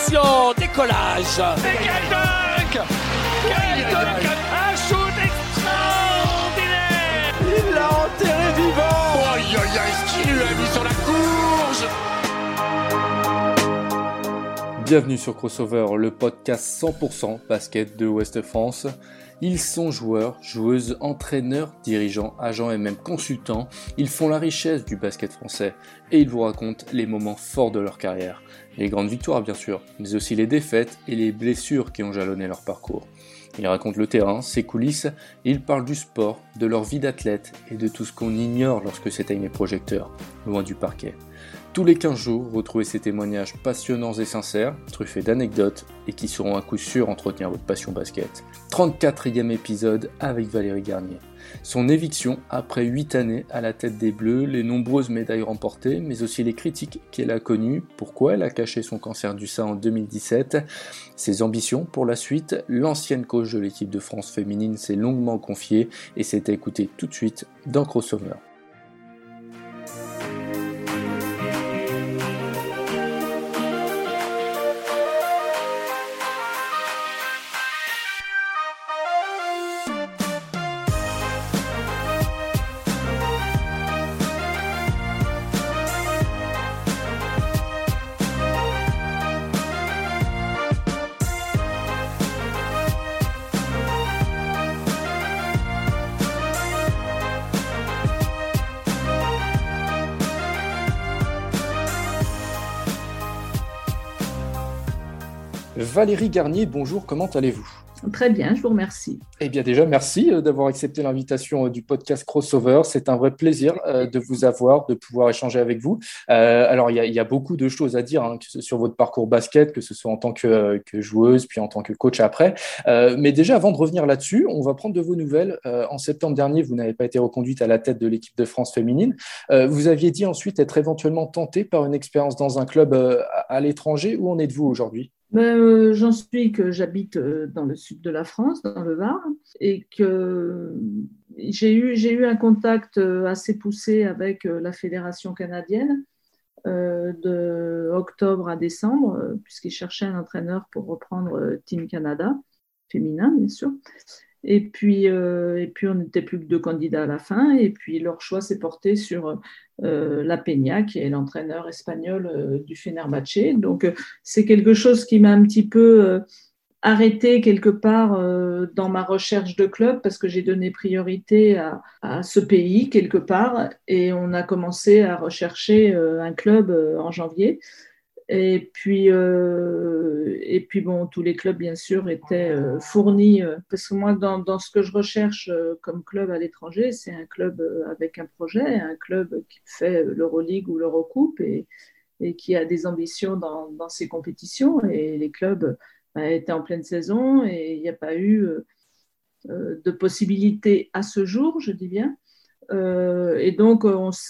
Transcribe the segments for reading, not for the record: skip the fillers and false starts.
Attention, décollage. C'est quel dunk! Quel dunk! Un shoot extraordinaire! Il l'a enterré vivant. Aïe aïe aïe, ce qu'il lui a mis sur la courge! Bienvenue sur Crossover, le podcast 100% basket de Ouest France. Ils sont joueurs, joueuses, entraîneurs, dirigeants, agents et même consultants. Ils font la richesse du basket français et ils vous racontent les moments forts de leur carrière. Les grandes victoires bien sûr, mais aussi les défaites et les blessures qui ont jalonné leur parcours. Ils racontent le terrain, ses coulisses, et ils parlent du sport, de leur vie d'athlète et de tout ce qu'on ignore lorsque s'éteignent les projecteurs, loin du parquet. Tous les 15 jours, retrouvez ces témoignages passionnants et sincères, truffés d'anecdotes et qui seront à coup sûr entretenir votre passion basket. 34e épisode avec Valérie Garnier. Son éviction après 8 années à la tête des Bleus, les nombreuses médailles remportées, mais aussi les critiques qu'elle a connues, pourquoi elle a caché son cancer du sein en 2017, ses ambitions pour la suite, l'ancienne coach de l'équipe de France féminine s'est longuement confiée et s'est écoutée tout de suite dans Crossover. Valérie Garnier, bonjour, comment allez-vous ? Très bien, je vous remercie. Eh bien déjà, merci d'avoir accepté l'invitation du podcast Crossover. C'est un vrai plaisir de vous avoir, de pouvoir échanger avec vous. Alors, il y a beaucoup de choses à dire sur votre parcours basket, que ce soit en tant que joueuse, puis en tant que coach après. Mais déjà, avant de revenir là-dessus, on va prendre de vos nouvelles. En septembre dernier, vous n'avez pas été reconduite à la tête de l'équipe de France féminine. Vous aviez dit ensuite être éventuellement tentée par une expérience dans un club à l'étranger. Où en êtes-vous aujourd'hui ? J'en suis que j'habite dans le sud de la France, dans le Var, et que j'ai eu un contact assez poussé avec la fédération canadienne de octobre à décembre, puisqu'ils cherchaient un entraîneur pour reprendre Team Canada, féminin bien sûr. Et puis on n'était plus que 2 candidats à la fin, et puis leur choix s'est porté sur La Peña, qui est l'entraîneur espagnol du Fenerbahçe. Donc c'est quelque chose qui m'a un petit peu arrêté quelque part dans ma recherche de club, parce que j'ai donné priorité à ce pays quelque part, et on a commencé à rechercher un club en janvier. Et puis bon, tous les clubs, bien sûr, étaient fournis. Parce que moi, dans ce que je recherche comme club à l'étranger, c'est un club avec un projet, un club qui fait l'Euroleague ou l'Eurocoupe et qui a des ambitions dans ses compétitions. Et les clubs étaient en pleine saison et il n'y a pas eu de possibilité à ce jour, je dis bien. Et donc,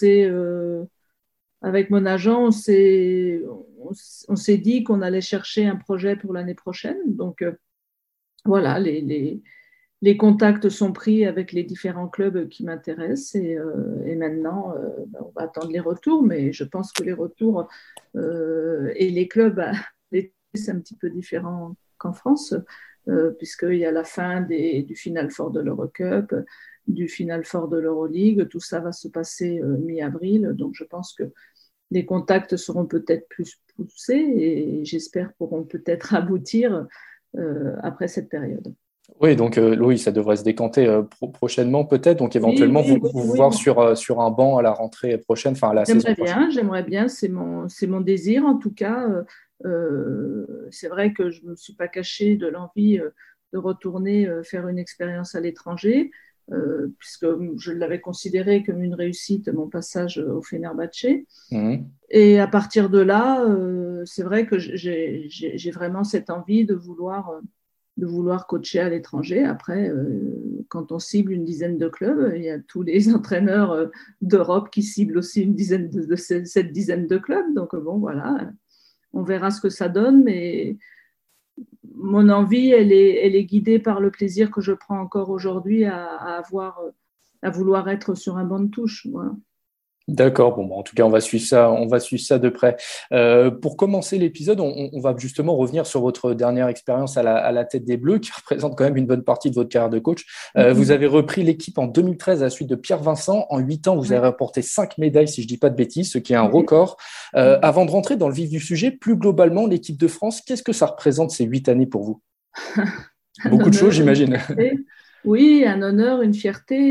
avec mon agent, on s'est dit qu'on allait chercher un projet pour l'année prochaine. Donc, voilà, les contacts sont pris avec les différents clubs qui m'intéressent. Et maintenant, on va attendre les retours. Mais je pense que les retours et les clubs, c'est un petit peu différent qu'en France, puisqu'il y a la fin du Final Four de l'Eurocup, du Final Four de l'Euroleague. Tout ça va se passer mi-avril. Donc, je pense que les contacts seront peut-être plus poussés et j'espère pourront peut-être aboutir après cette période. Oui, donc Louis, ça devrait se décanter prochainement peut-être, donc éventuellement vous voir sur un banc à la rentrée prochaine, enfin à la saison prochaine. J'aimerais bien, c'est mon désir en tout cas. C'est vrai que je ne me suis pas cachée de l'envie de retourner faire une expérience à l'étranger, puisque je l'avais considéré comme une réussite, mon passage au Fenerbahçe. Et à partir de là, c'est vrai que j'ai vraiment cette envie de vouloir coacher à l'étranger. Après, quand on cible une dizaine de clubs, il y a tous les entraîneurs d'Europe qui ciblent aussi cette dizaine de clubs. Donc bon, voilà, on verra ce que ça donne, mais mon envie, elle est guidée par le plaisir que je prends encore aujourd'hui à vouloir être sur un banc de touche. Voilà. D'accord, bon, en tout cas, on va suivre ça de près. Pour commencer l'épisode, on va justement revenir sur votre dernière expérience à la tête des Bleus, qui représente quand même une bonne partie de votre carrière de coach. Vous avez repris l'équipe en 2013 à la suite de Pierre Vincent. En 8 ans, vous avez rapporté 5 médailles, si je ne dis pas de bêtises, ce qui est un record. Avant de rentrer dans le vif du sujet, plus globalement, l'équipe de France, qu'est-ce que ça représente ces 8 années pour vous? Beaucoup de choses, j'imagine. Oui, un honneur, une fierté.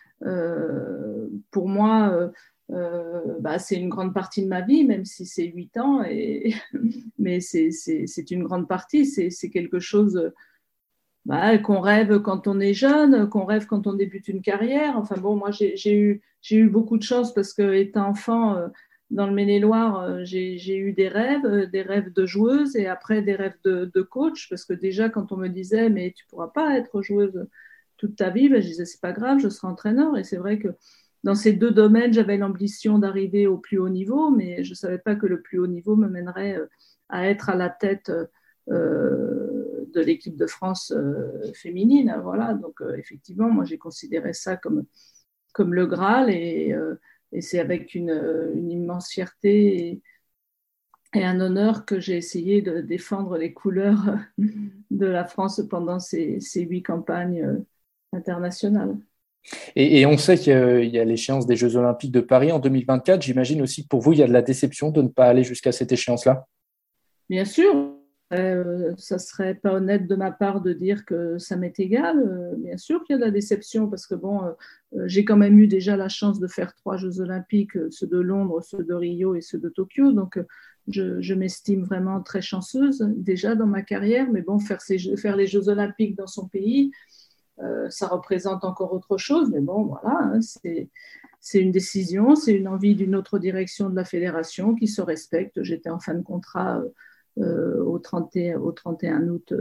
Pour moi, c'est une grande partie de ma vie, même si c'est 8 ans, mais c'est une grande partie, c'est quelque chose qu'on rêve quand on est jeune, qu'on rêve quand on débute une carrière. Enfin bon, moi j'ai eu beaucoup de chance parce que étant enfant dans le Maine-et-Loire, j'ai eu des rêves de joueuse et après des rêves de coach, parce que déjà quand on me disait mais tu pourras pas être joueuse toute ta vie, je disais c'est pas grave, je serai entraîneur. Et c'est vrai que dans ces deux domaines, j'avais l'ambition d'arriver au plus haut niveau, mais je ne savais pas que le plus haut niveau me mènerait à être à la tête de l'équipe de France féminine. Voilà. Donc, effectivement, moi, j'ai considéré ça comme le Graal et c'est avec une immense fierté et un honneur que j'ai essayé de défendre les couleurs de la France pendant ces 8 campagnes internationales. Et on sait qu'il y a l'échéance des Jeux Olympiques de Paris en 2024. J'imagine aussi que pour vous, il y a de la déception de ne pas aller jusqu'à cette échéance-là. Bien sûr. Ça ne serait pas honnête de ma part de dire que ça m'est égal. Bien sûr qu'il y a de la déception parce que j'ai quand même eu déjà la chance de faire 3 Jeux Olympiques, ceux de Londres, ceux de Rio et ceux de Tokyo. Donc, je m'estime vraiment très chanceuse déjà dans ma carrière. Mais bon, faire les Jeux Olympiques dans son pays, ça représente encore autre chose, mais bon, voilà, hein, c'est une décision, c'est une envie d'une autre direction de la fédération qui se respecte. J'étais en fin de contrat au 31 août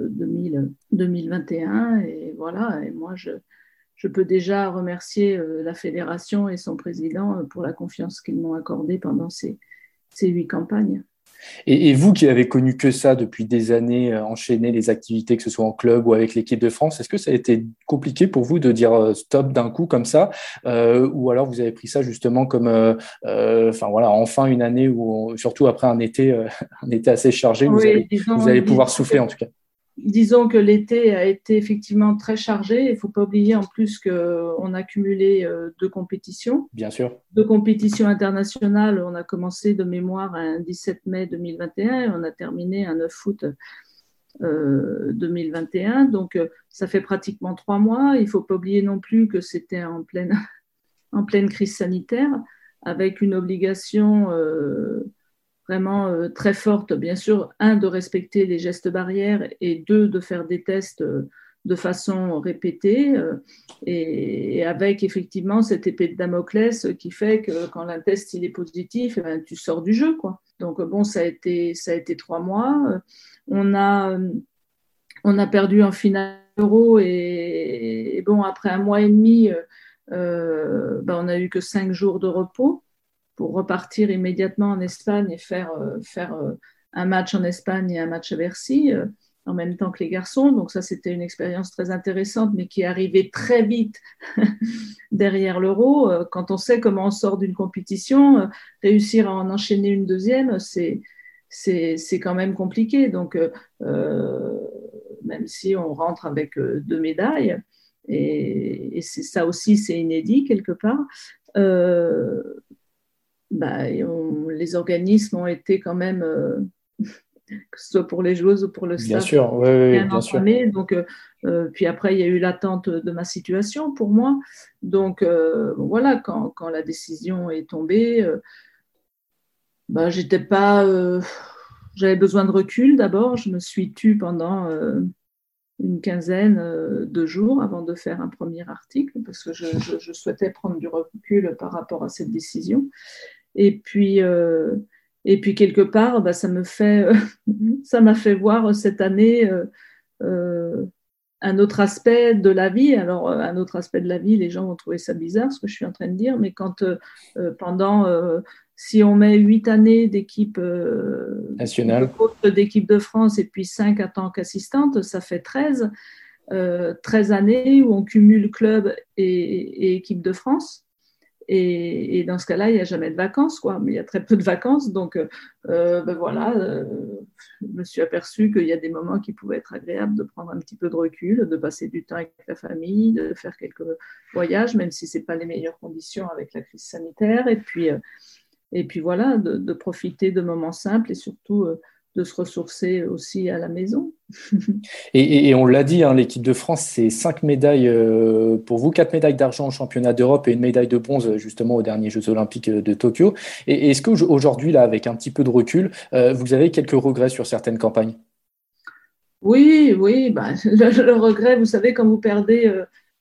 2021 et voilà, et moi je peux déjà remercier la fédération et son président pour la confiance qu'ils m'ont accordée pendant ces 8 campagnes. Et vous qui avez connu que ça depuis des années, enchaîner les activités, que ce soit en club ou avec l'équipe de France, est-ce que ça a été compliqué pour vous de dire stop d'un coup comme ça ou alors vous avez pris ça justement comme enfin une année où surtout après un été assez chargé, vous allez pouvoir souffler en tout cas. Disons que l'été a été effectivement très chargé. Il ne faut pas oublier en plus qu'on a cumulé 2 compétitions. Bien sûr. 2 compétitions internationales. On a commencé de mémoire un 17 mai 2021 et on a terminé un 9 août 2021. Donc, ça fait pratiquement 3 mois. Il ne faut pas oublier non plus que c'était en pleine crise sanitaire avec une obligation vraiment très forte, bien sûr, 1, de respecter les gestes barrières et 2, de faire des tests de façon répétée et avec effectivement cette épée de Damoclès qui fait que quand un test il est positif, tu sors du jeu, quoi. Donc bon, ça a été 3 mois. On a perdu en finale Euro et bon, après 1 mois et demi, on n'a eu que 5 jours de repos pour repartir immédiatement en Espagne et faire un match en Espagne et un match à Bercy en même temps que les garçons. Donc ça, c'était une expérience très intéressante, mais qui est arrivée très vite derrière l'Euro. Quand on sait comment on sort d'une compétition, réussir à en enchaîner une deuxième, c'est quand même compliqué. Donc, même si on rentre avec 2 médailles, et ça aussi, c'est inédit quelque part, les organismes ont été quand même, que ce soit pour les joueuses ou pour le staff, bien sûr, oui, bien sûr. Donc, puis après, il y a eu l'attente de ma situation pour moi. Donc, voilà, quand la décision est tombée, j'étais pas, j'avais besoin de recul d'abord. Je me suis tue pendant une quinzaine de jours avant de faire un premier article parce que je souhaitais prendre du recul par rapport à cette décision. Et puis quelque part, ça m'a fait voir cette année un autre aspect de la vie. Alors, un autre aspect de la vie, les gens vont trouver ça bizarre, ce que je suis en train de dire, mais quand si on met 8 années d'équipe nationale, d'équipe de France et puis 5 en tant qu'assistante, ça fait 13 années où on cumule club et équipe de France. Et dans ce cas-là, il n'y a jamais de vacances, quoi. Mais il y a très peu de vacances. Donc, je me suis aperçue qu'il y a des moments qui pouvaient être agréables de prendre un petit peu de recul, de passer du temps avec la famille, de faire quelques voyages, même si ce n'est pas les meilleures conditions avec la crise sanitaire. Et puis voilà, de profiter de moments simples et surtout de se ressourcer aussi à la maison. Et on l'a dit, hein, l'équipe de France, c'est 5 médailles pour vous, 4 médailles d'argent au championnat d'Europe et une médaille de bronze justement aux derniers Jeux Olympiques de Tokyo. Et est-ce qu'aujourd'hui, là, avec un petit peu de recul, vous avez quelques regrets sur certaines campagnes? Oui, le regret, vous savez, quand vous perdez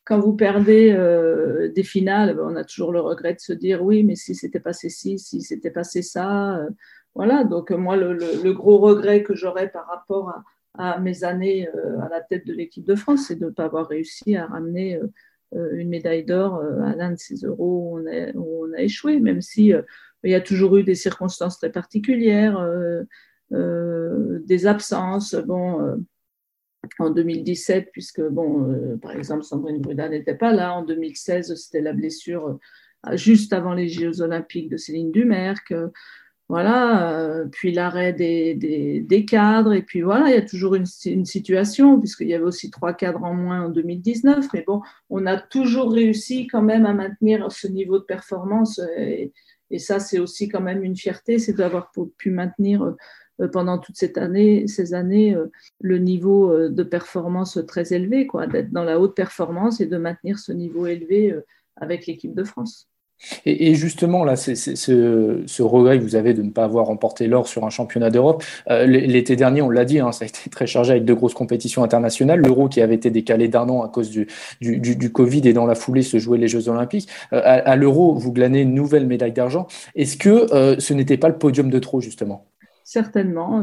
des finales, on a toujours le regret de se dire oui, mais si c'était passé ci, si c'était passé ça. Voilà, donc moi, le gros regret que j'aurais par rapport à mes années à la tête de l'équipe de France, c'est de ne pas avoir réussi à ramener une médaille d'or à l'un de ces euros où on a échoué, même si il y a toujours eu des circonstances très particulières, des absences. En 2017, puisque, par exemple, Sandrine Bruna n'était pas là. En 2016, c'était la blessure juste avant les Jeux Olympiques de Céline Dumerc. Voilà, puis l'arrêt des cadres. Et puis voilà, il y a toujours une situation, puisqu'il y avait aussi 3 cadres en moins en 2019. Mais bon, on a toujours réussi quand même à maintenir ce niveau de performance. Et ça, c'est aussi quand même une fierté, c'est d'avoir pu maintenir pendant toutes ces années, le niveau de performance très élevé, quoi, d'être dans la haute performance et de maintenir ce niveau élevé avec l'équipe de France. Et justement, là, c'est ce regret que vous avez de ne pas avoir remporté l'or sur un championnat d'Europe. L'été dernier, on l'a dit, hein, ça a été très chargé avec de grosses compétitions internationales. L'Euro qui avait été décalé d'un an à cause du Covid et dans la foulée se jouaient les Jeux Olympiques. À l'Euro, vous glanez une nouvelle médaille d'argent. Est-ce que ce n'était pas le podium de trop, justement? Certainement.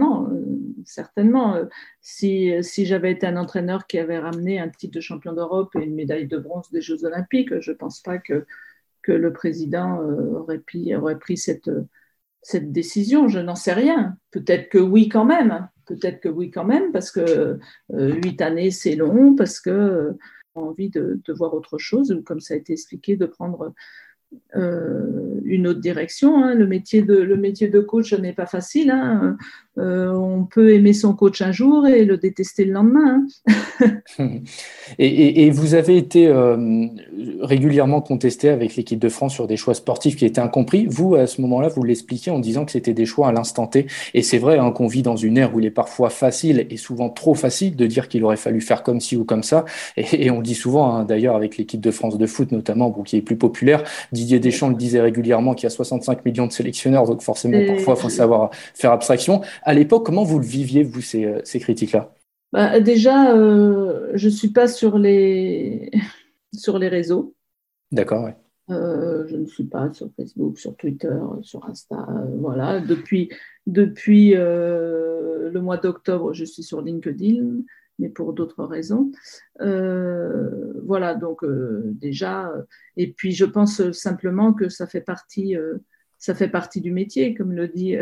Si j'avais été un entraîneur qui avait ramené un titre de champion d'Europe et une médaille de bronze des Jeux Olympiques, je ne pense pas que le président aurait pris cette décision. Je n'en sais rien. Peut-être que oui quand même, parce que 8 années, c'est long, parce qu'on a envie de voir autre chose, ou comme ça a été expliqué, de prendre une autre direction. Hein. Le métier de coach n'est pas facile. Hein. On peut aimer son coach un jour et le détester le lendemain. Hein. Et vous avez été régulièrement contesté avec l'équipe de France sur des choix sportifs qui étaient incompris. Vous, à ce moment-là, vous l'expliquiez en disant que c'était des choix à l'instant T. Et c'est vrai hein, qu'on vit dans une ère où il est parfois facile et souvent trop facile de dire qu'il aurait fallu faire comme ci ou comme ça. Et on le dit souvent, hein, d'ailleurs, avec l'équipe de France de foot notamment, qui est plus populaire. Didier Deschamps le disait régulièrement qu'il y a 65 millions de sélectionneurs, donc forcément, parfois, il faut savoir faire abstraction. À l'époque, comment vous le viviez, vous, ces critiques-là? Déjà, je ne suis pas sur les réseaux. D'accord, oui. Je ne suis pas sur Facebook, sur Twitter, sur Insta. Voilà. Depuis le mois d'octobre, je suis sur LinkedIn, mais pour d'autres raisons. Voilà, donc déjà. Et puis, je pense simplement que ça fait partie du métier, comme le dit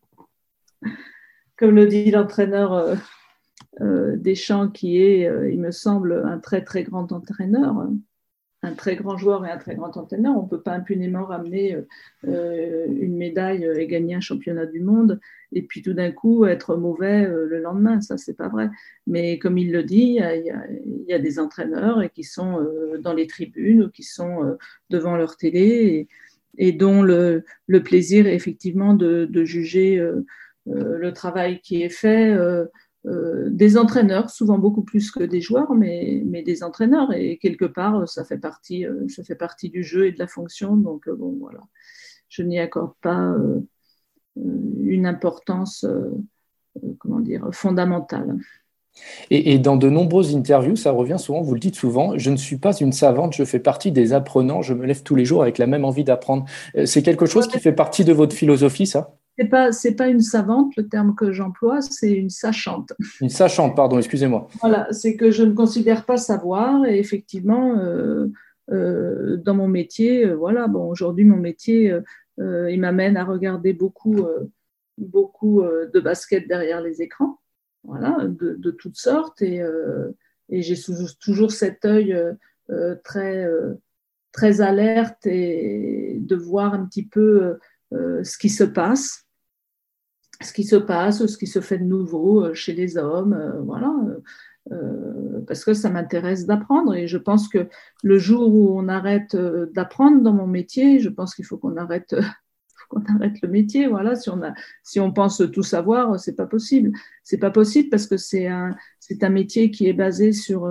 l'entraîneur Deschamps, qui est, il me semble, un très, très grand entraîneur, un très grand joueur et un très grand entraîneur. On ne peut pas impunément ramener une médaille et gagner un championnat du monde et puis tout d'un coup être mauvais le lendemain. Ça, c'est pas vrai. Mais comme il le dit, il y a des entraîneurs qui sont dans les tribunes ou qui sont devant leur télé et dont le plaisir est effectivement de juger le travail qui est fait des entraîneurs, souvent beaucoup plus que des joueurs, mais des entraîneurs. Et quelque part, ça fait partie du jeu et de la fonction. Donc, voilà. Je n'y accorde pas une importance fondamentale. Et dans de nombreuses interviews, ça revient souvent, vous le dites souvent, je ne suis pas une savante, je fais partie des apprenants, je me lève tous les jours avec la même envie d'apprendre. C'est quelque chose qui fait partie de votre philosophie, ça? C'est pas une savante, le terme que j'emploie, c'est une sachante. Une sachante, pardon, excusez-moi. Voilà, c'est que je ne considère pas savoir et effectivement, dans mon métier, aujourd'hui, mon métier, il m'amène à regarder beaucoup de basket derrière les écrans, voilà, de toutes sortes et j'ai toujours cet œil très très alerte et de voir un petit peu ce qui se passe, ce qui se fait de nouveau chez les hommes, voilà. Parce que ça m'intéresse d'apprendre et je pense que le jour où on arrête d'apprendre dans mon métier, je pense qu'il faut qu'on arrête le métier. Voilà, si on pense tout savoir, c'est pas possible. C'est pas possible parce que c'est un métier qui est basé sur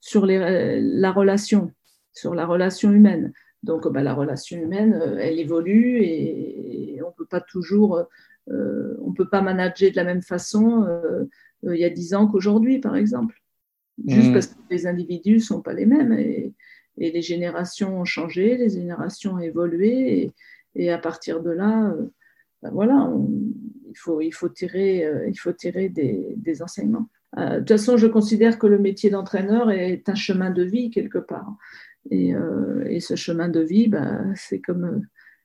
la relation humaine. Donc, la relation humaine, elle évolue et on peut pas toujours, on peut pas manager de la même façon il y a 10 ans qu'aujourd'hui, par exemple. Juste parce que les individus sont pas les mêmes et les générations ont changé, les générations ont évolué et à partir de là, voilà, il faut tirer des enseignements. De toute façon, je considère que le métier d'entraîneur est un chemin de vie quelque part. Et ce chemin de vie, c'est comme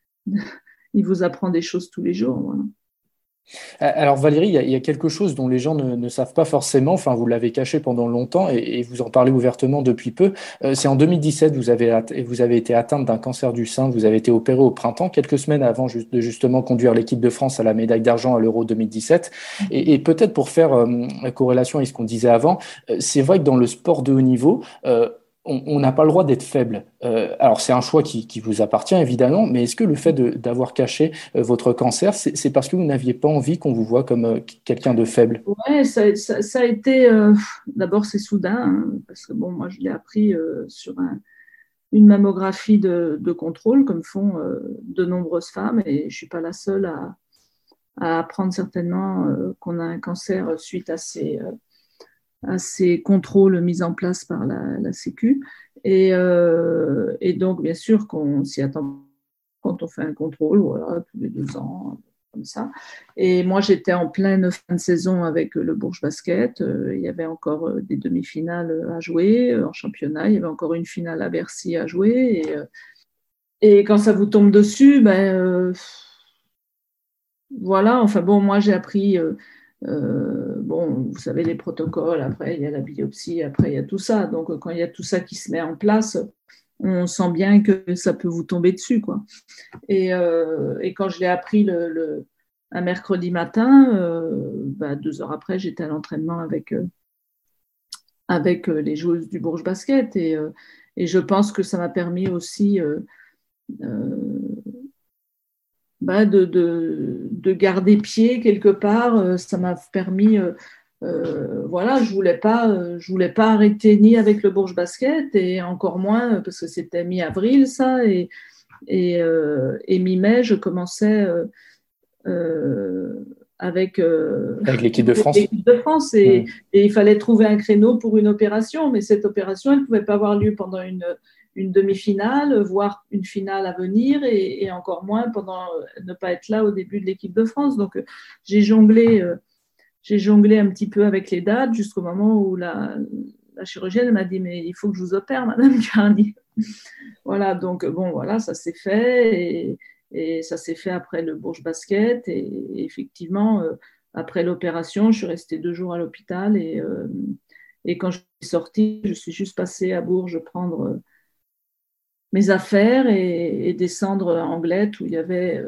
il vous apprend des choses tous les jours. Voilà. Alors Valérie, il y a quelque chose dont les gens ne savent pas forcément, enfin vous l'avez caché pendant longtemps et vous en parlez ouvertement depuis peu. C'est en 2017, vous avez été atteinte d'un cancer du sein, vous avez été opérée au printemps, quelques semaines avant de justement conduire l'équipe de France à la médaille d'argent à l'Euro 2017. Et peut-être pour faire la corrélation avec ce qu'on disait avant, c'est vrai que dans le sport de haut niveau, on n'a pas le droit d'être faible. Alors, c'est un choix qui vous appartient, évidemment, mais est-ce que le fait d'avoir caché votre cancer, c'est parce que vous n'aviez pas envie qu'on vous voit comme quelqu'un de faible? Ouais, ça a été... d'abord, c'est soudain, hein, parce que moi, je l'ai appris sur une mammographie de contrôle, comme font de nombreuses femmes, et je ne suis pas la seule à apprendre certainement qu'on a un cancer suite à ces contrôles mis en place par la Sécu. Et donc, bien sûr, qu'on s'y attend quand on fait un contrôle, voilà, tous les 2 ans, comme ça. Et moi, j'étais en pleine fin de saison avec le Bourges Basket. Il y avait encore des demi-finales à jouer en championnat. Il y avait encore une finale à Bercy à jouer. Et quand ça vous tombe dessus, voilà. Enfin bon, moi, j'ai appris... vous savez, les protocoles, après il y a la biopsie, après il y a tout ça. Donc quand il y a tout ça qui se met en place, on sent bien que ça peut vous tomber dessus, quoi. Et quand je l'ai appris un mercredi matin, 2 heures après, j'étais à l'entraînement avec les joueuses du Bourges Basket. Et je pense que ça m'a permis aussi de garder pied quelque part. Ça m'a permis, voilà, je voulais pas arrêter ni avec le Bourges Basket et encore moins parce que c'était mi-avril ça et mi-mai je commençais avec l'équipe de France. Et il fallait trouver un créneau pour une opération, mais cette opération elle ne pouvait pas avoir lieu pendant une demi-finale, voire une finale à venir et encore moins pendant ne pas être là au début de l'équipe de France. Donc, j'ai jonglé un petit peu avec les dates jusqu'au moment où la chirurgienne m'a dit « mais il faut que je vous opère, Madame Garnier ». Voilà, donc voilà, ça s'est fait et ça s'est fait après le Bourges Basket et effectivement, après l'opération, je suis restée 2 jours à l'hôpital et quand je suis sortie, je suis juste passée à Bourges prendre mes affaires et descendre à Anglette où il y avait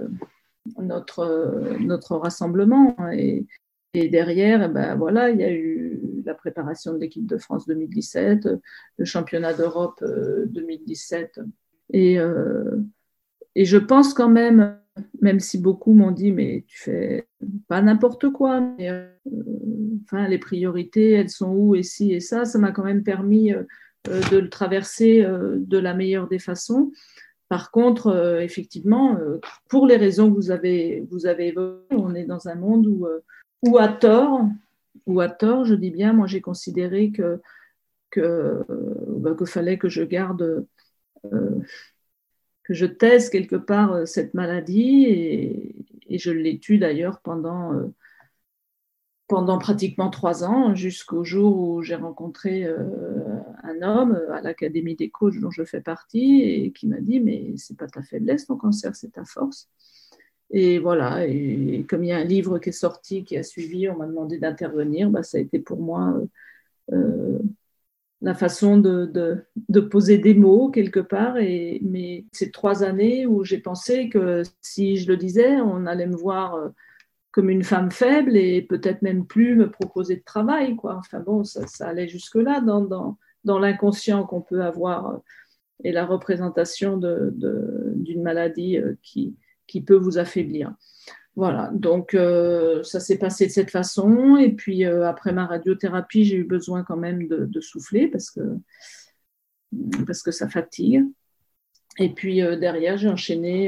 notre rassemblement. Et derrière, voilà, il y a eu la préparation de l'équipe de France 2017, le championnat d'Europe 2017. Et je pense quand même si beaucoup m'ont dit, mais tu fais pas n'importe quoi, mais les priorités, elles sont où et ci et ça m'a quand même permis de le traverser de la meilleure des façons. Par contre, effectivement, pour les raisons que vous avez évoquées, on est dans un monde où à tort, je dis bien, moi j'ai considéré qu'il fallait que je garde, que je taise quelque part cette maladie et je l'ai tue d'ailleurs pendant pratiquement 3 ans, jusqu'au jour où j'ai rencontré un homme à l'Académie des coachs dont je fais partie et qui m'a dit « mais c'est pas ta faiblesse ton cancer, c'est ta force ». Et voilà, et comme il y a un livre qui est sorti, qui a suivi, on m'a demandé d'intervenir, ça a été pour moi la façon de poser des mots quelque part. Mais c'est 3 années où j'ai pensé que si je le disais, on allait me voir comme une femme faible et peut-être même plus me proposer de travail, quoi. Enfin bon, ça allait jusque-là dans l'inconscient qu'on peut avoir et la représentation d'une maladie qui peut vous affaiblir. Voilà, donc ça s'est passé de cette façon. Et puis après ma radiothérapie, j'ai eu besoin quand même de souffler parce que ça fatigue. Et puis derrière, j'ai enchaîné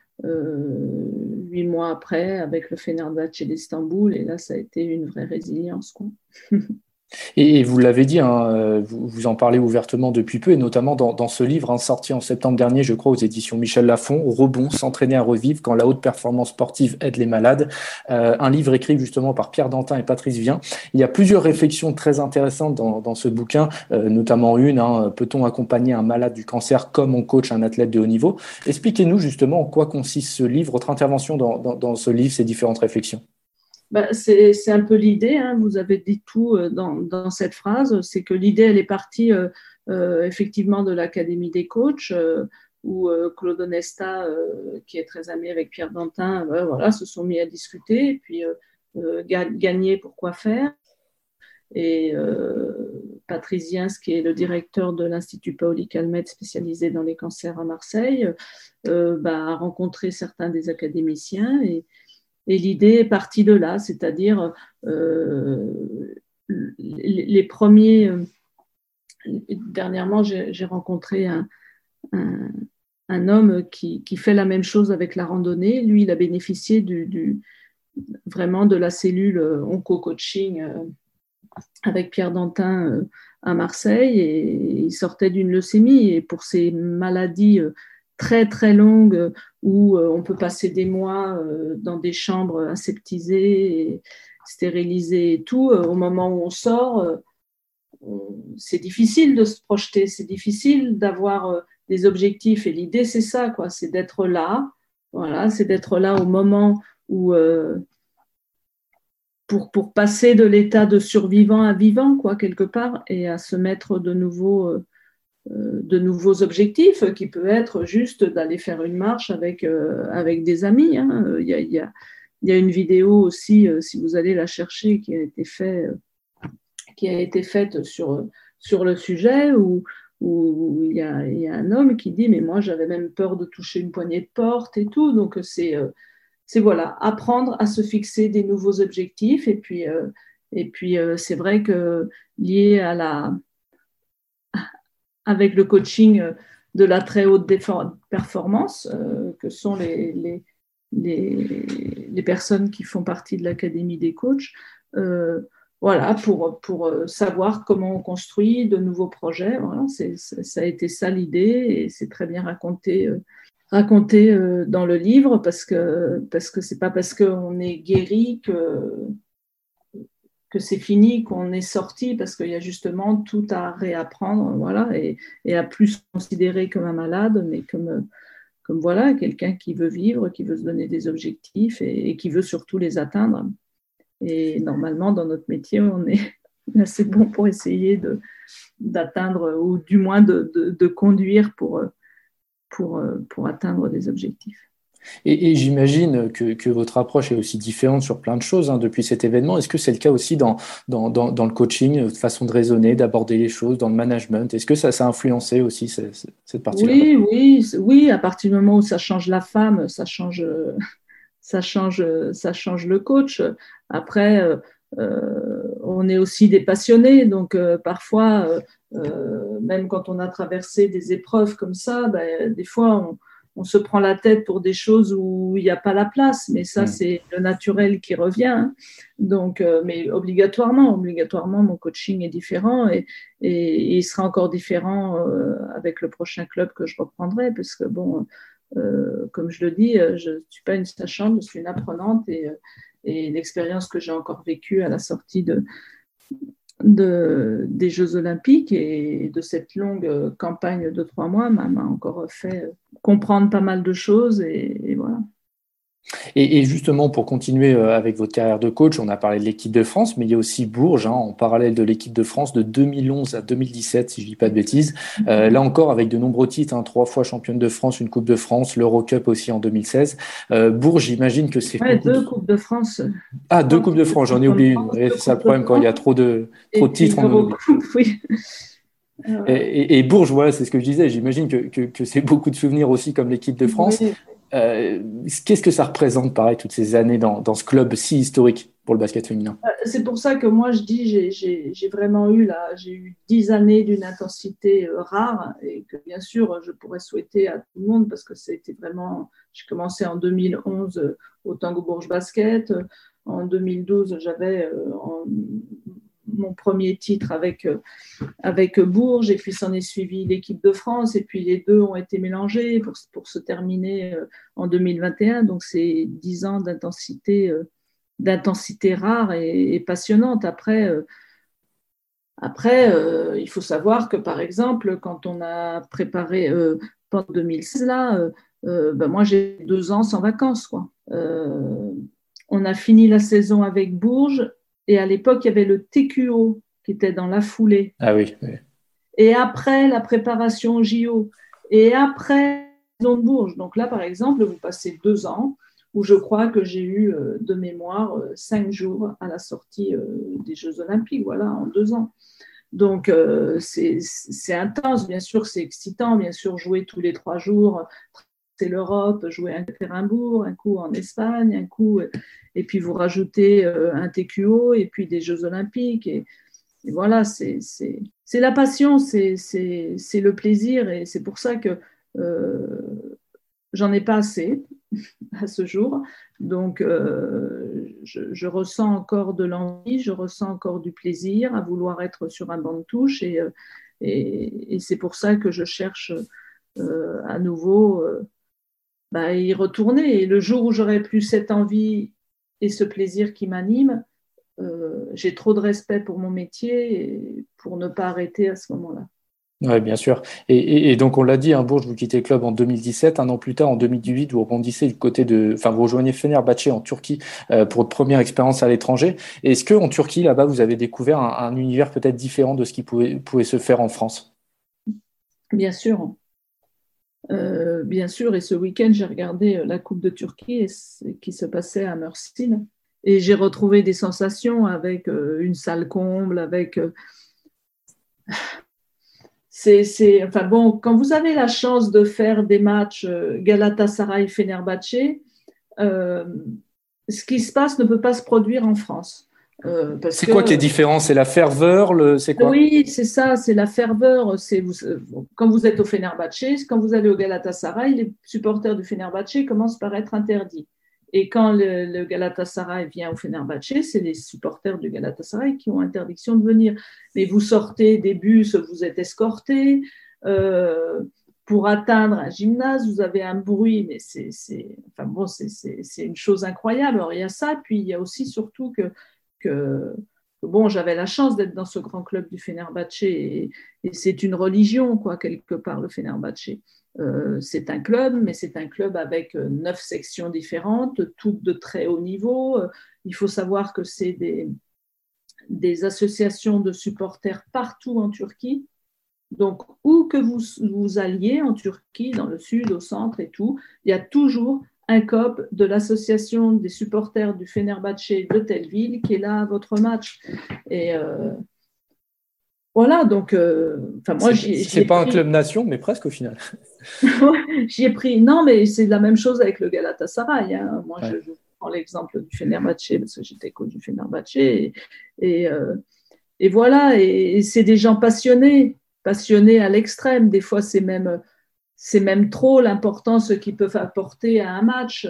8 mois après avec le Fenerbahçe d'Istanbul. Et là, ça a été une vraie résilience, quoi. Et vous l'avez dit, hein, vous en parlez ouvertement depuis peu, et notamment dans ce livre, hein, sorti en septembre dernier, je crois, aux éditions Michel Lafon, Rebond, s'entraîner à revivre quand la haute performance sportive aide les malades. Un livre écrit justement par Pierre Dantin et Patrice Vien. Il y a plusieurs réflexions très intéressantes dans ce bouquin, notamment une, hein, peut-on accompagner un malade du cancer comme on coach un athlète de haut niveau? Expliquez-nous justement en quoi consiste ce livre, votre intervention dans ce livre, ces différentes réflexions. C'est un peu l'idée, hein, vous avez dit tout dans cette phrase, c'est que l'idée, elle est partie effectivement de l'Académie des coachs, où Claude Onesta, qui est très ami avec Pierre Dantin, voilà, se sont mis à discuter, et puis Gagné, pourquoi faire. Et Patrice Vien, qui est le directeur de l'Institut Paoli Calmette spécialisé dans les cancers à Marseille, a rencontré certains des académiciens et l'idée est partie de là, c'est-à-dire les premiers. Dernièrement, j'ai rencontré un homme qui fait la même chose avec la randonnée. Lui, il a bénéficié vraiment de la cellule onco-coaching avec Pierre Dantin à Marseille, et il sortait d'une leucémie. Et pour ces maladies très très longues où on peut passer des mois dans des chambres aseptisées et stérilisées et tout, au moment où on sort, c'est difficile de se projeter, c'est difficile d'avoir des objectifs. Et l'idée, c'est ça, quoi, c'est d'être là, voilà, c'est d'être là au moment où pour passer de l'état de survivant à vivant, quoi, quelque part, et à se mettre de nouveaux objectifs, qui peut être juste d'aller faire une marche avec des amis, hein. Il y a une vidéo aussi, si vous allez la chercher, qui a été faite sur le sujet, où il y a un homme qui dit « mais moi j'avais même peur de toucher une poignée de porte et tout ». Donc c'est voilà, apprendre à se fixer des nouveaux objectifs. Et puis c'est vrai que lié avec le coaching de la très haute performance, que sont les personnes qui font partie de l'Académie des coachs, voilà, pour savoir comment on construit de nouveaux projets. Voilà, ça a été ça l'idée, et c'est très bien raconté dans le livre, parce que c'est pas parce qu'on est guéri que c'est fini, qu'on est sorti, parce qu'il y a justement tout à réapprendre, voilà, et à plus se considérer comme un malade, mais comme voilà, quelqu'un qui veut vivre, qui veut se donner des objectifs et qui veut surtout les atteindre. Et normalement, dans notre métier, on est assez bon pour essayer d'atteindre, ou du moins de conduire pour atteindre des objectifs. Et j'imagine que votre approche est aussi différente sur plein de choses, hein, depuis cet événement. Est-ce que c'est le cas aussi dans le coaching, de façon de raisonner, d'aborder les choses, dans le management? Est-ce que ça a influencé aussi cette partie-là? Oui, à partir du moment où ça change la femme, ça change le coach. Après, on est aussi des passionnés, donc parfois, même quand on a traversé des épreuves comme ça, des fois on se prend la tête pour des choses où il n'y a pas la place, mais ça, c'est le naturel qui revient, hein. Donc, mais obligatoirement, mon coaching est différent, et il sera encore différent avec le prochain club que je reprendrai, parce que bon, comme je le dis, je ne suis pas une sachante, je suis une apprenante, et l'expérience que j'ai encore vécue à la sortie des Jeux Olympiques et de cette longue campagne de 3 mois m'a encore fait comprendre pas mal de choses, et voilà. Et justement, pour continuer avec votre carrière de coach, on a parlé de l'équipe de France, mais il y a aussi Bourges, en parallèle de l'équipe de France de 2011 à 2017, si je ne dis pas de bêtises. Là encore, avec de nombreux titres, 3 fois championne de France, une Coupe de France, l'Eurocup aussi en 2016. Bourges, j'imagine que c'est beaucoup deux Coupes de France. Ah, 2 Coupes de France, j'en ai oublié une. C'est ça le problème, quand il y a trop de titres, on oublie. Oui. Et Bourges, voilà, c'est ce que je disais. J'imagine que c'est beaucoup de souvenirs aussi comme l'équipe de France. Oui. Qu'est-ce que ça représente, pareil, toutes ces années dans ce club si historique pour le basket féminin? C'est pour ça que moi, je dis, j'ai vraiment j'ai eu 10 années d'une intensité rare et que, bien sûr, je pourrais souhaiter à tout le monde parce que c'était vraiment… J'ai commencé en 2011 au Tango Bourges Basket. En 2012, j'avais mon premier titre avec Bourges, et puis s'en est suivi l'équipe de France, et puis les deux ont été mélangés pour se terminer en 2021. Donc, c'est 10 ans d'intensité rare et passionnante. Après, il faut savoir que, par exemple, quand on a préparé pendant 2016, moi, j'ai 2 ans sans vacances, quoi. On a fini la saison avec Bourges, et à l'époque, il y avait le TQO qui était dans la foulée. Ah oui, oui. Et après, la préparation au JO. Et après, la saison de Bourges. Donc là, par exemple, vous passez 2 ans où je crois que j'ai eu de mémoire 5 jours à la sortie des Jeux Olympiques, voilà, en 2 ans. Donc, c'est intense, bien sûr, c'est excitant, bien sûr, jouer tous les 3 jours, c'est l'Europe, jouer à Ekaterinbourg, un coup en Espagne, un coup, et puis vous rajoutez un TQO, et puis des Jeux Olympiques, et voilà, c'est la passion, c'est le plaisir, et c'est pour ça que j'en ai pas assez à ce jour. Donc, je ressens encore de l'envie, je ressens encore du plaisir à vouloir être sur un banc de touche, et c'est pour ça que je cherche à nouveau y retourner. Et le jour où j'aurai plus cette envie et ce plaisir qui m'anime, j'ai trop de respect pour mon métier et pour ne pas arrêter à ce moment-là. Oui, bien sûr. Et donc, on l'a dit, Bourges, vous quittez le club en 2017. Un an plus tard, en 2018, vous rebondissez du côté vous rejoignez Fenerbahçe en Turquie pour votre première expérience à l'étranger. Est-ce qu'en Turquie, là-bas, vous avez découvert un univers peut-être différent de ce qui pouvait se faire en France? Bien sûr. Bien sûr. Et ce week-end, j'ai regardé la Coupe de Turquie qui se passait à Mersin. Et j'ai retrouvé des sensations avec une salle comble, avec… quand vous avez la chance de faire des matchs Galatasaray-Fenerbahçe, ce qui se passe ne peut pas se produire en France. C'est quoi qui est différent? C'est la ferveur, c'est quoi? Oui, c'est ça, c'est la ferveur. Quand vous êtes au Fenerbahçe, quand vous allez au Galatasaray, les supporters du Fenerbahçe commencent par être interdits. Et quand le Galatasaray vient au Fenerbahçe, c'est les supporters du Galatasaray qui ont interdiction de venir. Mais vous sortez des bus, vous êtes escortés. Pour atteindre un gymnase, vous avez un bruit, mais c'est une chose incroyable. Alors, il y a ça, puis il y a aussi surtout que j'avais la chance d'être dans ce grand club du Fenerbahçe, et c'est une religion, quoi, quelque part, le Fenerbahçe. C'est un club, mais c'est un club avec 9 sections différentes, toutes de très haut niveau. Il faut savoir que c'est des associations de supporters partout en Turquie. Donc, où que vous alliez en Turquie, dans le sud, au centre et tout, il y a toujours un COP de l'association des supporters du Fenerbahçe de telle ville qui est là à votre match. Et voilà, donc, moi, c'est pas un club nation, mais presque au final. J'y ai pris. Non, mais c'est la même chose avec le Galatasaray. Hein. Moi, ouais. je prends l'exemple du Fenerbahçe parce que j'étais coach du Fenerbahçe. Et voilà, et c'est des gens passionnés à l'extrême. Des fois, c'est même trop l'importance qu'ils peuvent apporter à un match.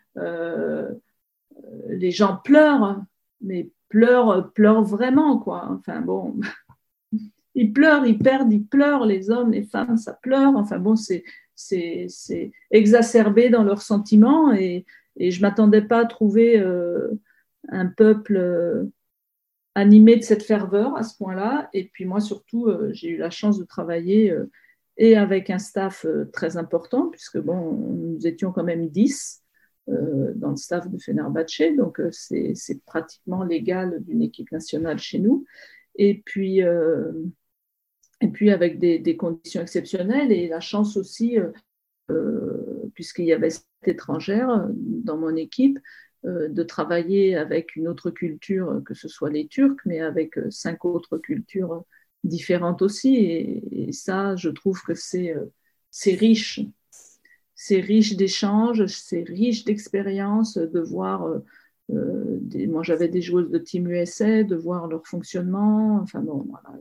Les gens pleurent, mais pleurent vraiment, quoi. Enfin bon, ils pleurent, ils perdent, ils pleurent, les hommes, les femmes, ça pleure. Enfin bon, c'est exacerbé dans leurs sentiments, et je ne m'attendais pas à trouver un peuple animé de cette ferveur à ce point-là. Et puis moi, surtout, j'ai eu la chance de travailler et avec un staff très important, puisque bon, nous étions quand même 10, dans le staff de Fenerbahçe, donc c'est pratiquement l'égal d'une équipe nationale chez nous. Et puis avec des conditions exceptionnelles et la chance aussi, puisqu'il y avait cette étrangère dans mon équipe, de travailler avec une autre culture, que ce soit les Turcs, mais avec 5 autres cultures différentes aussi. Et ça, je trouve que c'est riche. C'est riche d'échanges, c'est riche d'expériences, de voir. Moi, j'avais des joueuses de Team USA, de voir leur fonctionnement. Enfin bon, voilà,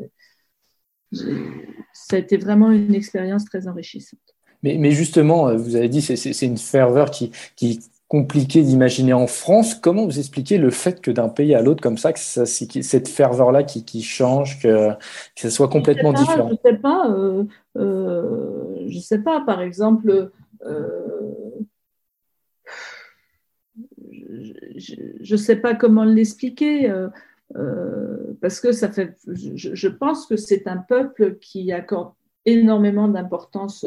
ça a été vraiment une expérience très enrichissante. Mais justement, vous avez dit c'est une ferveur qui est compliquée d'imaginer en France. Comment vous expliquez le fait que d'un pays à l'autre comme ça, cette ferveur-là qui change, que ça soit complètement différent? Je sais pas. Par exemple, je sais pas comment l'expliquer. Parce que je pense que c'est un peuple qui accorde énormément d'importance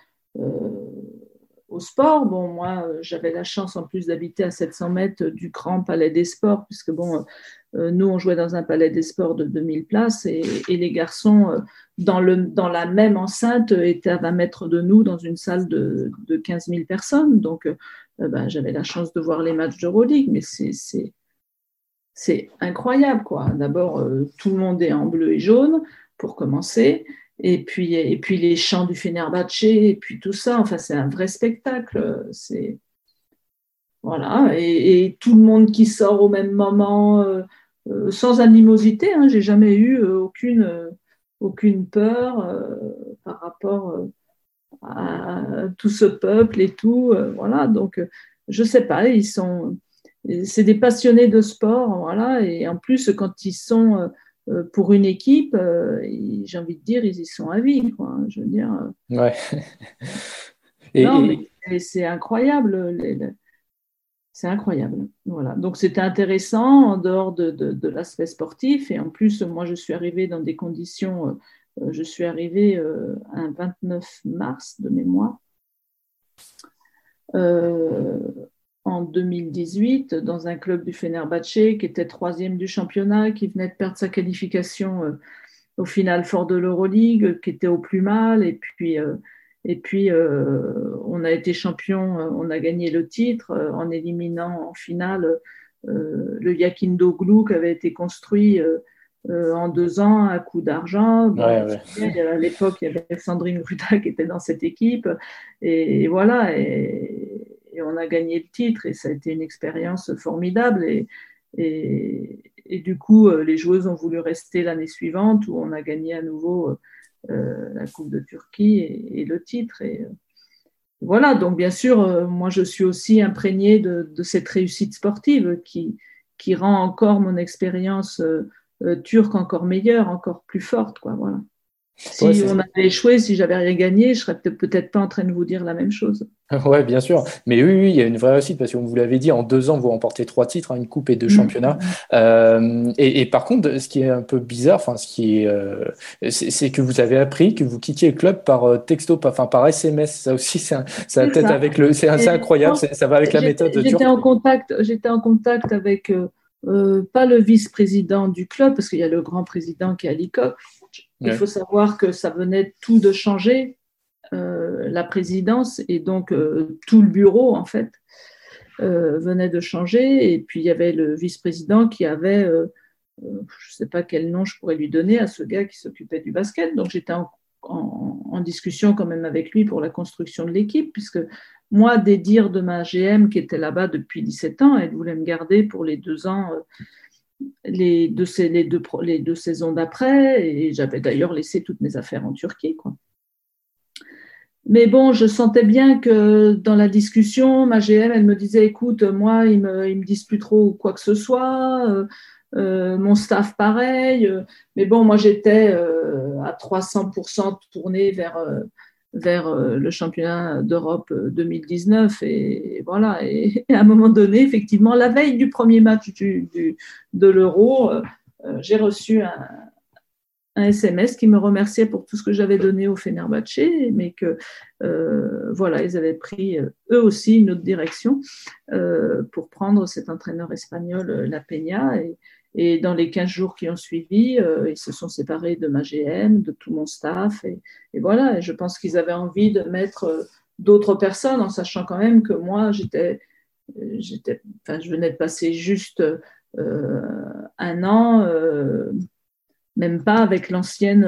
au sport. Bon, moi, j'avais la chance en plus d'habiter à 700 mètres du grand palais des sports, puisque nous, on jouait dans un palais des sports de 2000 places et les garçons, dans la même enceinte, étaient à 20 mètres de nous dans une salle de 15 000 personnes. Donc, j'avais la chance de voir les matchs d'Euroleague, mais c'est incroyable, quoi. D'abord, tout le monde est en bleu et jaune, pour commencer. Et puis les chants du Fenerbahçe, et puis tout ça, enfin, c'est un vrai spectacle. Voilà. Et tout le monde qui sort au même moment, sans animosité. Hein, j'ai jamais eu aucune peur par rapport à tout ce peuple et tout. Voilà. Donc, je sais pas, c'est des passionnés de sport, voilà. Et en plus, quand ils sont pour une équipe, j'ai envie de dire, ils y sont à vie, quoi. Je veux dire. Ouais. Mais c'est incroyable. C'est incroyable. Voilà. Donc, c'était intéressant en dehors de l'aspect sportif. Et en plus, moi, je suis arrivée dans des conditions. Je suis arrivée un 29 mars de mémoire. En 2018, dans un club du Fenerbahçe qui était 3e du championnat, qui venait de perdre sa qualification au final fort de l'Euroleague, qui était au plus mal. Et puis, on a été champion, on a gagné le titre en éliminant en finale le Yakindoglu qui avait été construit en 2 ans à coup d'argent. Ouais. À l'époque, il y avait Sandrine Gruda qui était dans cette équipe. Et voilà. Et on a gagné le titre et ça a été une expérience formidable. Et du coup, les joueuses ont voulu rester l'année suivante où on a gagné à nouveau la Coupe de Turquie et le titre. Et voilà, donc bien sûr, moi je suis aussi imprégnée de cette réussite sportive qui rend encore mon expérience turque encore meilleure, encore plus forte, quoi, voilà. Si on avait échoué, si j'avais rien gagné, je serais peut-être pas en train de vous dire la même chose. Ouais, bien sûr. Mais oui, il y a une vraie réussite parce que vous l'avez dit, en 2 ans, vous remportez 3 titres, une coupe et 2 championnats. Et par contre, ce qui est un peu bizarre, c'est que vous avez appris que vous quittiez le club par texto, par SMS. Ça aussi, c'est incroyable. Ça va avec la méthode turque. J'étais en contact avec pas le vice-président du club parce qu'il y a le grand président qui est Ali Koch. Il faut savoir que ça venait tout de changer, la présidence, et donc tout le bureau, en fait, venait de changer. Et puis, il y avait le vice-président qui avait, je ne sais pas quel nom je pourrais lui donner à ce gars qui s'occupait du basket. Donc, j'étais en discussion quand même avec lui pour la construction de l'équipe, puisque moi, des dires de ma GM qui était là-bas depuis 17 ans, elle voulait me garder pour les 2 ans les deux saisons d'après, et j'avais d'ailleurs laissé toutes mes affaires en Turquie, quoi. Mais bon, je sentais bien que dans la discussion, ma GM, elle me disait, écoute, moi, ils me disent plus trop quoi que ce soit, mon staff pareil, mais bon, moi j'étais à 300% tournée vers le championnat d'Europe 2019 et voilà. Et à un moment donné, effectivement, la veille du premier match de l'Euro, j'ai reçu un SMS qui me remerciait pour tout ce que j'avais donné au Fenerbahçe, mais que voilà, ils avaient pris eux aussi une autre direction pour prendre cet entraîneur espagnol, La Peña, et dans les 15 jours qui ont suivi, ils se sont séparés de ma GM, de tout mon staff, et voilà, et je pense qu'ils avaient envie de mettre d'autres personnes, en sachant quand même que moi, je venais de passer juste un an, même pas avec l'ancien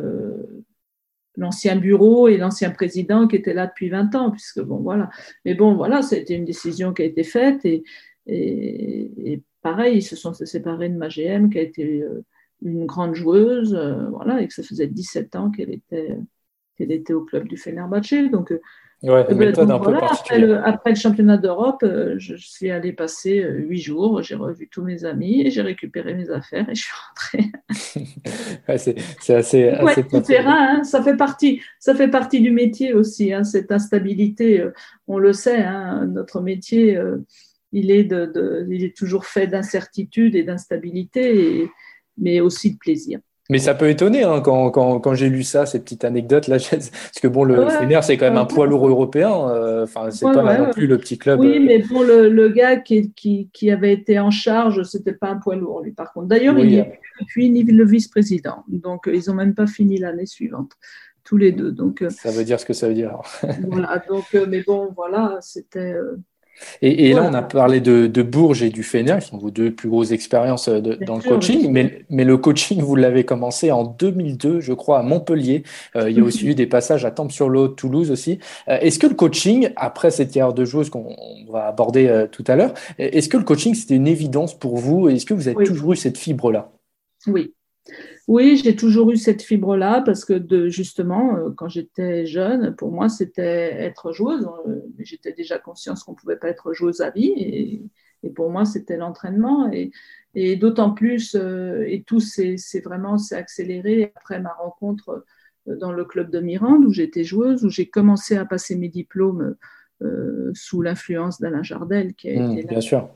bureau et l'ancien président qui était là depuis 20 ans, puisque bon, voilà. Mais bon, voilà, c'était une décision qui a été faite et pareil, ils se sont séparés de ma GM qui a été une grande joueuse, voilà, et que ça faisait 17 ans qu'elle était au club du Fenerbahçe. Donc, ouais, une méthode un peu voilà, particulière. après le championnat d'Europe, je suis allée passer 8 jours, j'ai revu tous mes amis, et j'ai récupéré mes affaires et je suis rentrée. Ouais, c'est assez Tu verras, hein, ça fait partie du métier aussi, hein, cette instabilité, on le sait, hein, notre métier, il est toujours fait d'incertitude et d'instabilité, mais aussi de plaisir. Mais ça peut étonner hein, quand j'ai lu ça, ces petites anecdotes là, parce que bon, le Fener c'est quand même un poids lourd européen. Enfin, c'est pas non plus le petit club. Oui, mais bon, le gars qui avait été en charge, c'était pas un poids lourd lui. Par contre, d'ailleurs, il n'y est plus depuis ni le vice-président. Donc, ils ont même pas fini l'année suivante, tous les deux. Donc, ça veut dire ce que ça veut dire. Voilà. Donc, mais bon, voilà, c'était. Et là, on a parlé de Bourges et du Fener, qui sont vos deux plus grosses expériences dans le coaching. Mais le coaching, vous l'avez commencé en 2002, je crois, à Montpellier. Il y a aussi eu des passages à Tempes-sur-Lot, Toulouse aussi. Est-ce que le coaching, après cette carrière de joueuse qu'on va aborder tout à l'heure, est-ce que le coaching, c'était une évidence pour vous? Est-ce que vous avez toujours eu cette fibre-là? Oui, j'ai toujours eu cette fibre-là parce que justement, quand j'étais jeune, pour moi, c'était être joueuse. J'étais déjà consciente qu'on ne pouvait pas être joueuse à vie et pour moi, c'était l'entraînement. Et d'autant plus, et tout s'est accéléré après ma rencontre dans le club de Mirande où j'étais joueuse, où j'ai commencé à passer mes diplômes sous l'influence d'Alain Jardel, qui a été bien sûr.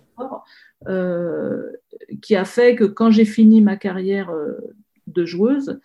Qui a fait que quand j'ai fini ma carrière de joueuse,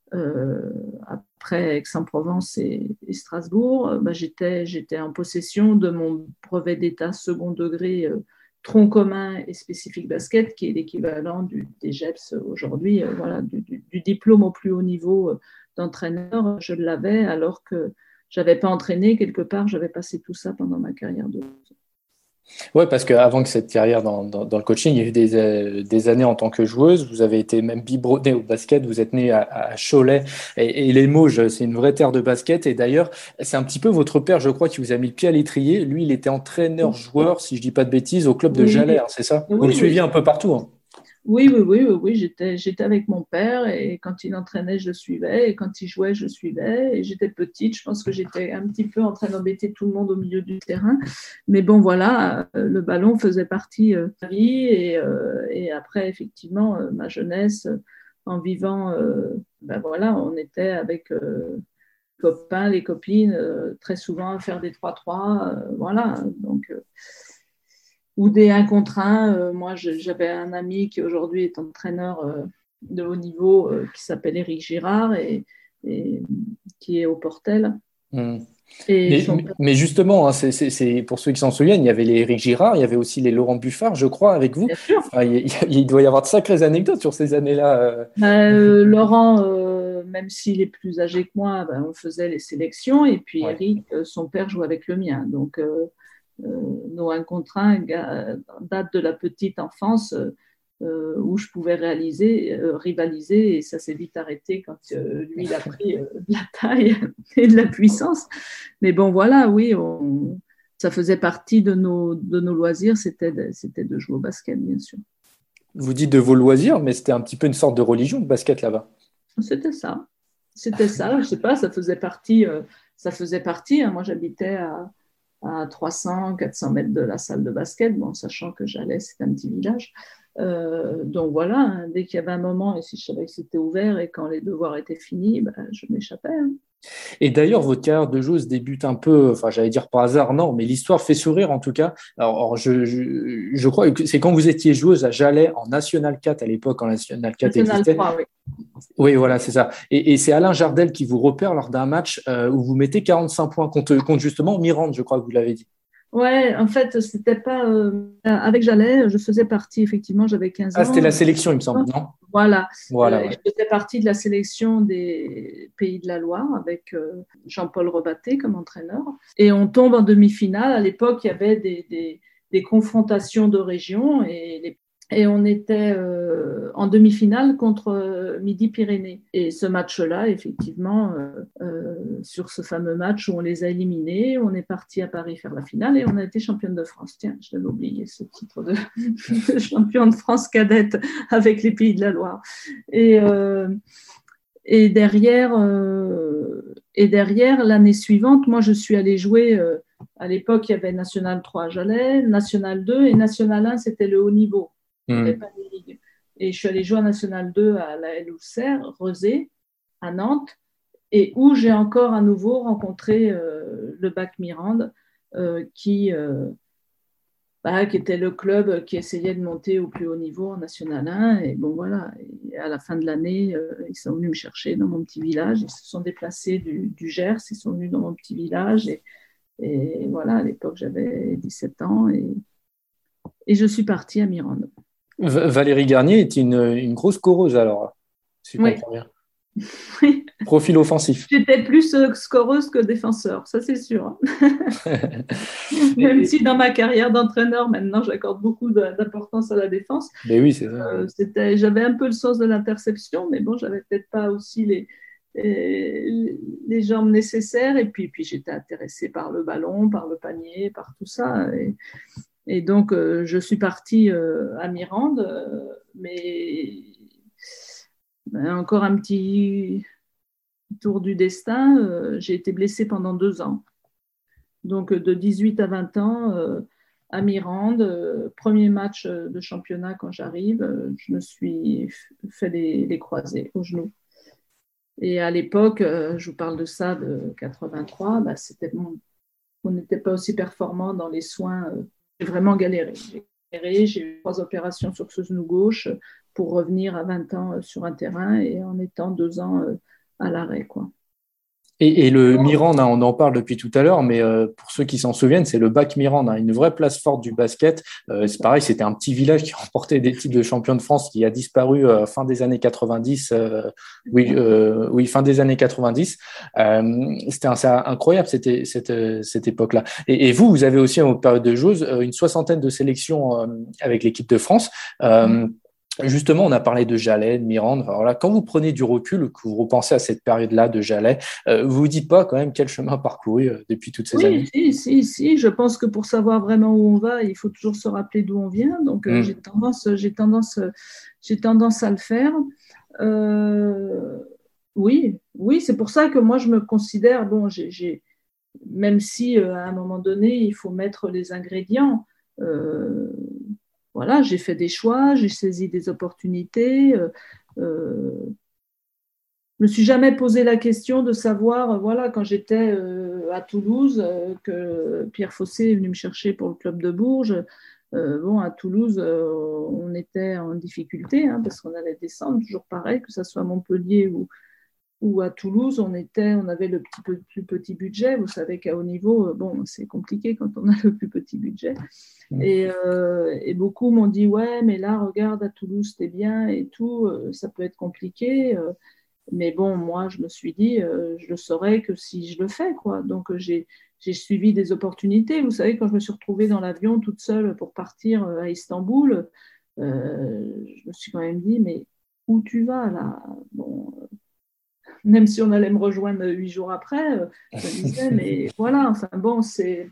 après Aix-en-Provence et Strasbourg, j'étais en possession de mon brevet d'état second degré tronc commun et spécifique basket, qui est l'équivalent du DGEPS aujourd'hui, voilà, du diplôme au plus haut niveau d'entraîneur. Je l'avais alors que je n'avais pas entraîné quelque part, j'avais passé tout ça pendant ma carrière de joueuse. Oui, parce qu'avant que cette carrière dans le coaching, il y a eu des années en tant que joueuse. Vous avez été même biberonnée au basket. Vous êtes née à Cholet. Et les Mauges, c'est une vraie terre de basket. Et d'ailleurs, c'est un petit peu votre père, je crois, qui vous a mis le pied à l'étrier. Lui, il était entraîneur-joueur, si je ne dis pas de bêtises, au club de Jalais, hein, c'est ça? Vous le suiviez un peu partout. Hein. Oui, j'étais avec mon père et quand il entraînait, je le suivais et quand il jouait, je le suivais et j'étais petite, je pense que j'étais un petit peu en train d'embêter tout le monde au milieu du terrain, mais bon voilà, le ballon faisait partie de ma vie et après effectivement ma jeunesse en vivant, voilà, on était avec les copains, les copines très souvent à faire des 3-3, voilà, donc ou des 1 contre 1. Moi, j'avais un ami qui aujourd'hui est entraîneur de haut niveau qui s'appelle Éric Girard et qui est au Portel. Mais justement, hein, c'est pour ceux qui s'en souviennent, il y avait les Éric Girard, il y avait aussi les Laurent Buffard, je crois, avec vous. Bien sûr. Enfin, il doit y avoir de sacrées anecdotes sur ces années-là. Laurent, même s'il est plus âgé que moi, on faisait les sélections et puis Éric, son père jouait avec le mien. Donc, nos 1 contre 1 date de la petite enfance où je pouvais rivaliser et ça s'est vite arrêté quand lui il a pris de la taille et de la puissance. Mais bon voilà, oui, ça faisait partie de nos loisirs, c'était de jouer au basket bien sûr. Vous dites de vos loisirs, mais c'était un petit peu une sorte de religion le basket là-bas. C'était ça, je sais pas, ça faisait partie, hein. Moi j'habitais à 300-400 mètres de la salle de basket, bon, sachant que Jalais, c'est un petit village. Donc voilà, hein, dès qu'il y avait un moment, et si je savais que c'était ouvert et quand les devoirs étaient finis, je m'échappais. Hein. Et d'ailleurs, votre carrière de joueuse débute un peu, enfin j'allais dire par hasard, non, mais l'histoire fait sourire en tout cas. Alors je crois que c'est quand vous étiez joueuse à Jalais en National 4 à l'époque, quand National 4 existait. 3, oui. Oui, voilà, c'est ça. Et c'est Alain Jardel qui vous repère lors d'un match où vous mettez 45 points contre justement Mirande, je crois que vous l'avez dit. Ouais, en fait, c'était pas avec Jalais, je faisais partie, effectivement, j'avais 15 Ah, c'était ans. la sélection, il me semble, non? Voilà. Voilà, Et ouais. je faisais partie de la sélection des Pays de la Loire avec Jean-Paul Rebatté comme entraîneur. Et on tombe en demi-finale. À l'époque, il y avait des confrontations de régions et on était en demi-finale contre Midi-Pyrénées. Et ce match-là, effectivement, sur ce fameux match où on les a éliminés, on est parti à Paris faire la finale et on a été championne de France. Tiens, je l'avais oublié, ce titre de championne de France cadette avec les Pays de la Loire. Et derrière, l'année suivante, moi, je suis allée jouer. À l'époque, il y avait National 3 à Jalais, National 2 et National 1, c'était le haut niveau. Il n'y avait pas de ligue. Et je suis allée jouer à National 2 à la L-Auxerre, Rezé, à Nantes, et où j'ai encore à nouveau rencontré le BAC Mirande, qui était le club qui essayait de monter au plus haut niveau en National 1. Et bon, voilà. Et à la fin de l'année, ils sont venus me chercher dans mon petit village. Ils se sont déplacés du Gers. Ils sont venus dans mon petit village. Et voilà, à l'époque, j'avais 17 ans. Et je suis partie à Mirande. Valérie Garnier est une grosse scoreuse, alors, si je comprends bien. Oui. Profil offensif. J'étais plus scoreuse que défenseur, ça c'est sûr. Même si dans ma carrière d'entraîneur, maintenant, j'accorde beaucoup d'importance à la défense. Mais oui, c'est ça. J'avais un peu le sens de l'interception, mais bon, j'avais peut-être pas aussi les jambes nécessaires. Et puis j'étais intéressée par le ballon, par le panier, par tout ça. Et donc, je suis partie à Mirande, mais encore un petit tour du destin. J'ai été blessée pendant 2 ans. Donc, de 18 à 20 ans, à Mirande, premier match de championnat quand j'arrive, je me suis fait les croisés au genou. Et à l'époque, je vous parle de ça, de 83, on n'était pas aussi performant dans les soins. J'ai vraiment galéré. J'ai eu 3 opérations sur ce genou gauche pour revenir à 20 ans sur un terrain et en étant 2 ans à l'arrêt, quoi. Et le Mirande, on en parle depuis tout à l'heure, mais pour ceux qui s'en souviennent, c'est le BAC Mirande, une vraie place forte du basket. C'est pareil, c'était un petit village qui remportait des titres de champion de France qui a disparu fin des années 90. Oui, fin des années 90. C'était incroyable cette époque-là. Et vous avez aussi, en période de joueuse, une 60aine de sélections avec l'équipe de France. Justement, on a parlé de Jalais, de Mirande. Alors là, quand vous prenez du recul, que vous repensez à cette période-là de Jalais, vous vous dites pas quand même quel chemin parcouru depuis toutes ces années? Oui, si. Je pense que pour savoir vraiment où on va, il faut toujours se rappeler d'où on vient. Donc, j'ai tendance à le faire. Oui, c'est pour ça que moi, je me considère, même si à un moment donné, il faut mettre les ingrédients. Voilà, j'ai fait des choix, j'ai saisi des opportunités. Je me suis jamais posé la question de savoir, voilà, quand j'étais à Toulouse, que Pierre Fossé est venu me chercher pour le club de Bourges. À Toulouse, on était en difficulté parce qu'on allait descendre, toujours pareil, que ce soit à Montpellier ou à Toulouse, on avait le plus petit budget. Vous savez qu'à haut niveau, c'est compliqué quand on a le plus petit budget. Et beaucoup m'ont dit, ouais, mais là, regarde, à Toulouse, t'es bien et tout, ça peut être compliqué. Mais bon, moi, je me suis dit, je le saurais que si je le fais, quoi. Donc, j'ai suivi des opportunités. Vous savez, quand je me suis retrouvée dans l'avion toute seule pour partir à Istanbul, je me suis quand même dit, mais où tu vas, là? Même si on allait me rejoindre 8 jours après, je me disais, mais voilà, enfin bon, c'est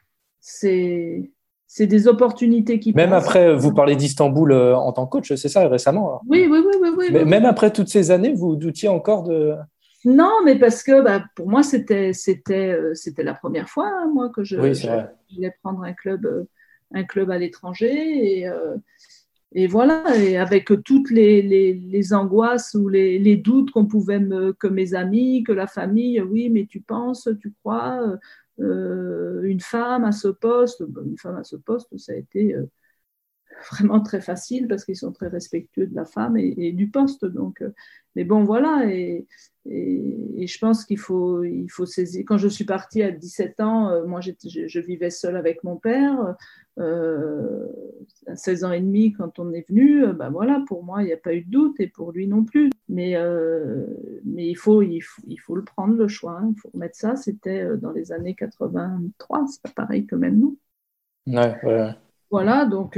des opportunités qui Même passent. après, vous parlez d'Istanbul en tant que coach, c'est ça, récemment? Alors. Oui. Mais même après toutes ces années, vous doutiez encore de… Non, mais parce que pour moi, c'était la première fois, moi, que je voulais prendre un club à l'étranger. Et voilà, et avec toutes les angoisses ou les doutes que mes amis, que la famille, oui, mais tu penses, tu crois, une femme à ce poste, ça a été vraiment très facile parce qu'ils sont très respectueux de la femme et du poste. Donc, mais bon, voilà. Et je pense qu'il faut saisir. Quand je suis partie à 17 ans, moi, je vivais seule avec mon père. À 16 ans et demi, quand on est venu, voilà, pour moi, il n'y a pas eu de doute et pour lui non plus. Mais il faut le prendre, le choix. Hein. Il faut remettre ça. C'était dans les années 83. C'est pas pareil que maintenant. Ouais. Voilà, donc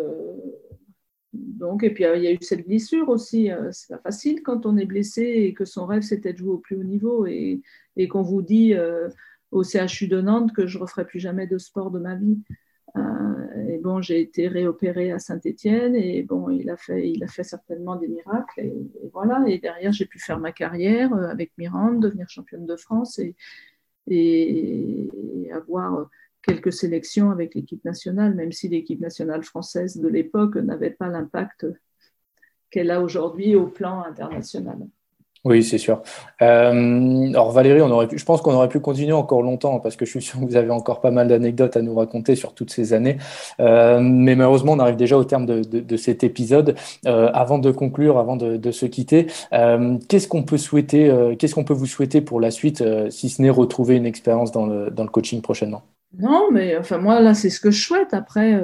et puis il y a eu cette blessure aussi. C'est pas facile quand on est blessé et que son rêve c'était de jouer au plus haut niveau et qu'on vous dit au CHU de Nantes que je referai plus jamais de sport de ma vie. Et bon, j'ai été réopérée à Saint-Étienne et bon, il a fait certainement des miracles et voilà. Et derrière, j'ai pu faire ma carrière avec Mirande, devenir championne de France et avoir quelques sélections avec l'équipe nationale, même si l'équipe nationale française de l'époque n'avait pas l'impact qu'elle a aujourd'hui au plan international. Oui, c'est sûr. Alors Valérie, je pense qu'on aurait pu continuer encore longtemps parce que je suis sûr que vous avez encore pas mal d'anecdotes à nous raconter sur toutes ces années. Mais malheureusement, on arrive déjà au terme de cet épisode. Avant de conclure, avant de se quitter, qu'est-ce qu'on peut vous souhaiter pour la suite, si ce n'est retrouver une expérience dans le coaching prochainement? Non, mais enfin moi là c'est ce que je souhaite. Après,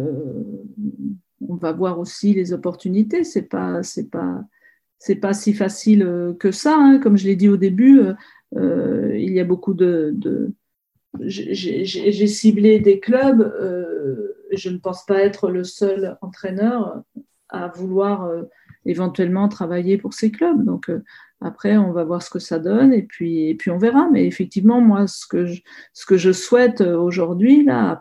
on va voir aussi les opportunités. C'est pas si facile que ça. Hein. Comme je l'ai dit au début, il y a beaucoup j'ai ciblé des clubs. Je ne pense pas être le seul entraîneur à vouloir éventuellement travailler pour ces clubs. Donc après, on va voir ce que ça donne et puis on verra. Mais effectivement, moi, ce que je souhaite aujourd'hui, là,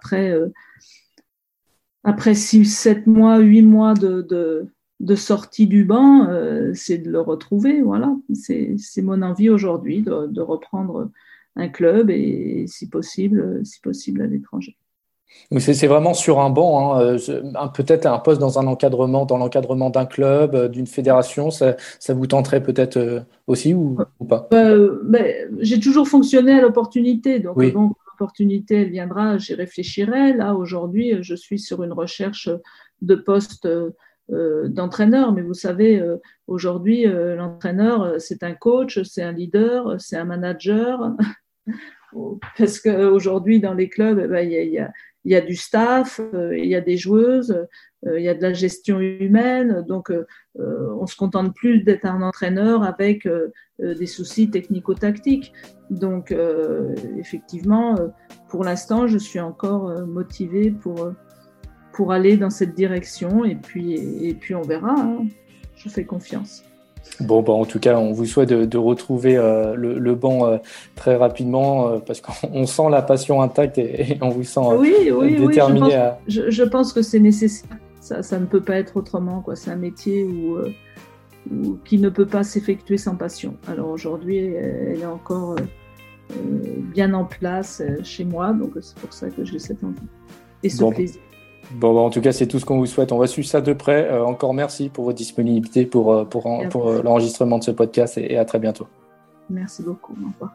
après 6, 7 mois, 8 mois de sortie du banc, c'est de le retrouver. Voilà. C'est mon envie aujourd'hui de reprendre un club et si possible à l'étranger. Donc c'est vraiment sur un banc, hein, peut-être un poste dans l'encadrement d'un club, d'une fédération, ça vous tenterait peut-être aussi ou pas? J'ai toujours fonctionné à l'opportunité, donc oui. Bon, l'opportunité elle viendra, j'y réfléchirai. Là aujourd'hui, je suis sur une recherche de poste d'entraîneur, mais vous savez, aujourd'hui, l'entraîneur, c'est un coach, c'est un leader, c'est un manager, parce qu'aujourd'hui, dans les clubs, il y a du staff, il y a des joueuses, il y a de la gestion humaine, donc on ne se contente plus d'être un entraîneur avec des soucis technico-tactiques. Donc effectivement, pour l'instant, je suis encore motivée pour aller dans cette direction et puis on verra, hein. Je fais confiance. Bon, en tout cas, on vous souhaite de retrouver le banc très rapidement parce qu'on sent la passion intacte et on vous sent déterminé. Je pense que c'est nécessaire. Ça ne peut pas être autrement, quoi. C'est un métier qui ne peut pas s'effectuer sans passion. Alors aujourd'hui, elle est encore bien en place chez moi, donc c'est pour ça que j'ai cette envie et ce plaisir. Bon, en tout cas, c'est tout ce qu'on vous souhaite. On va suivre ça de près. Encore merci pour votre disponibilité pour l'enregistrement de ce podcast et à très bientôt. Merci beaucoup. Au revoir.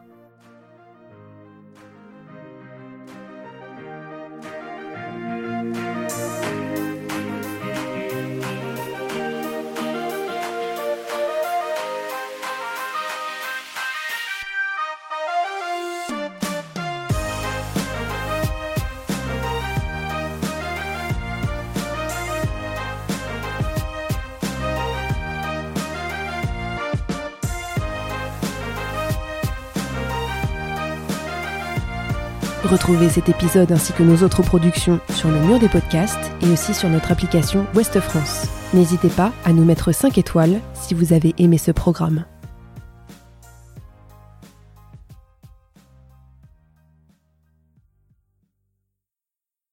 Retrouvez cet épisode ainsi que nos autres productions sur le mur des podcasts et aussi sur notre application Ouest France. N'hésitez pas à nous mettre 5 étoiles si vous avez aimé ce programme.